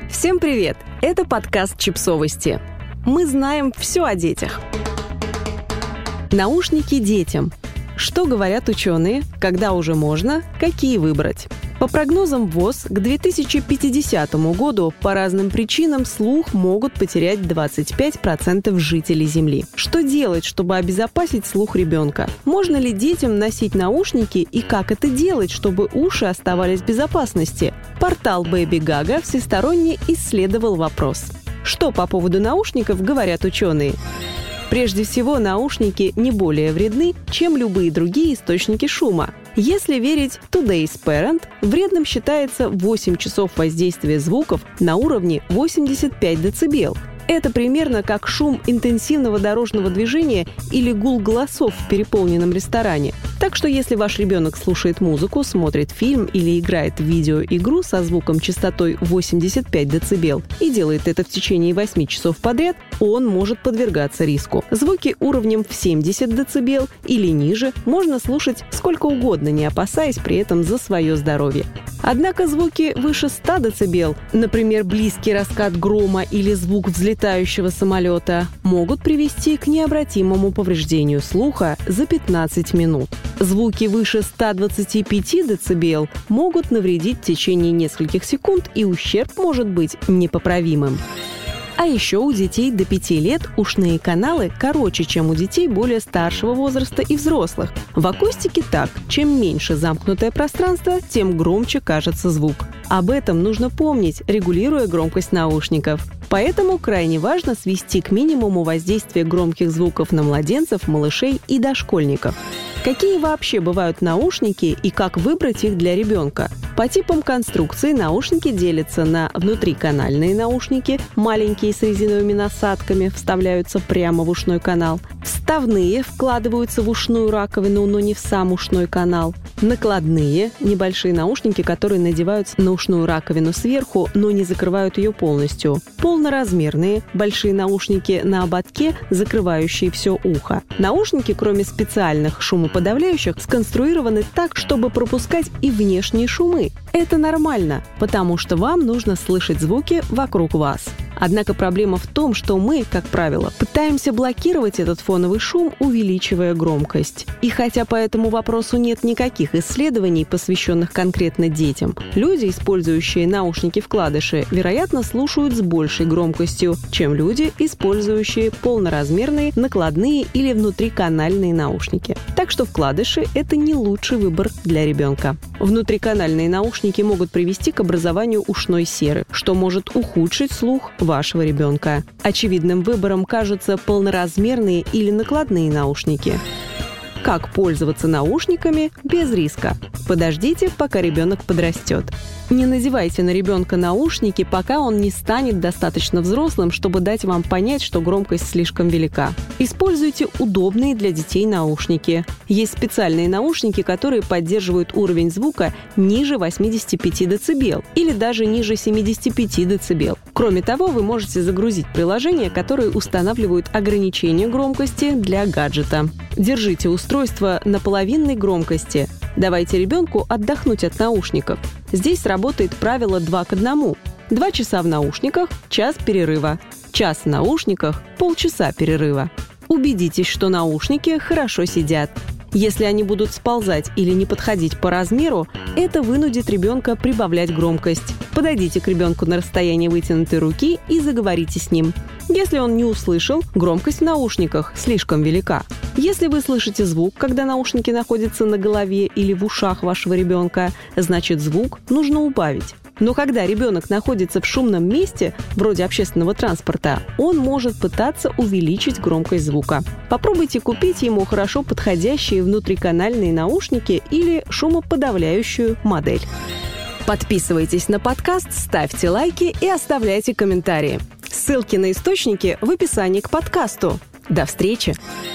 Всем привет! Это подкаст «Чипсовости». Мы знаем все о детях. Наушники детям. Что говорят ученые? Когда уже можно? Какие выбрать? По прогнозам ВОЗ, к 2050 году по разным причинам слух могут потерять 25% жителей Земли. Что делать, чтобы обезопасить слух ребенка? Можно ли детям носить наушники и как это делать, чтобы уши оставались в безопасности? Портал Baby Gaga всесторонне исследовал вопрос. Что по поводу наушников говорят ученые? Прежде всего, наушники не более вредны, чем любые другие источники шума. Если верить Today's Parent, вредным считается 8 часов воздействия звуков на уровне 85 дБ. Это примерно как шум интенсивного дорожного движения или гул голосов в переполненном ресторане. Так что если ваш ребенок слушает музыку, смотрит фильм или играет в видеоигру со звуком частотой 85 дБ и делает это в течение 8 часов подряд, он может подвергаться риску. Звуки уровнем в 70 дБ или ниже можно слушать сколько угодно, не опасаясь при этом за свое здоровье. Однако звуки выше 100 дБ, например, близкий раскат грома или звук взлетающего самолета, могут привести к необратимому повреждению слуха за 15 минут. Звуки выше 125 дБ могут навредить в течение нескольких секунд, и ущерб может быть непоправимым. А еще у детей до 5 лет ушные каналы короче, чем у детей более старшего возраста и взрослых. В акустике так: чем меньше замкнутое пространство, тем громче кажется звук. Об этом нужно помнить, регулируя громкость наушников. Поэтому крайне важно свести к минимуму воздействие громких звуков на младенцев, малышей и дошкольников. Какие вообще бывают наушники и как выбрать их для ребенка? По типам конструкции наушники делятся на внутриканальные наушники, маленькие с резиновыми насадками, вставляются прямо в ушной канал. Вставные вкладываются в ушную раковину, но не в сам ушной канал. Накладные – небольшие наушники, которые надеваются на ушную раковину сверху, но не закрывают ее полностью. Полноразмерные – большие наушники на ободке, закрывающие все ухо. Наушники, кроме специальных шумоподавляющих, сконструированы так, чтобы пропускать и внешние шумы. Это нормально, потому что вам нужно слышать звуки вокруг вас. Однако проблема в том, что мы, как правило, пытаемся блокировать этот фоновый шум, увеличивая громкость. И хотя по этому вопросу нет никаких исследований, посвященных конкретно детям, люди, использующие наушники-вкладыши, вероятно, слушают с большей громкостью, чем люди, использующие полноразмерные, накладные или внутриканальные наушники. Так что вкладыши – это не лучший выбор для ребенка. Внутриканальные наушники могут привести к образованию ушной серы, что может ухудшить слух вашего ребенка. Очевидным выбором кажутся полноразмерные или накладные наушники. Как пользоваться наушниками без риска? Подождите, пока ребенок подрастет. Не надевайте на ребенка наушники, пока он не станет достаточно взрослым, чтобы дать вам понять, что громкость слишком велика. Используйте удобные для детей наушники. Есть специальные наушники, которые поддерживают уровень звука ниже 85 дБ или даже ниже 75 дБ. Кроме того, вы можете загрузить приложения, которые устанавливают ограничения громкости для гаджета. Держите устройство на половинной громкости. Давайте ребенку отдохнуть от наушников. Здесь работает правило 2 к 1. 2 часа в наушниках, час перерыва. Час в наушниках, полчаса перерыва. Убедитесь, что наушники хорошо сидят. Если они будут сползать или не подходить по размеру, это вынудит ребенка прибавлять громкость. Подойдите к ребенку на расстояние вытянутой руки и заговорите с ним. Если он не услышал, громкость в наушниках слишком велика. Если вы слышите звук, когда наушники находятся на голове или в ушах вашего ребенка, значит, звук нужно убавить. Но когда ребенок находится в шумном месте, вроде общественного транспорта, он может пытаться увеличить громкость звука. Попробуйте купить ему хорошо подходящие внутриканальные наушники или шумоподавляющую модель. Подписывайтесь на подкаст, ставьте лайки и оставляйте комментарии. Ссылки на источники в описании к подкасту. До встречи!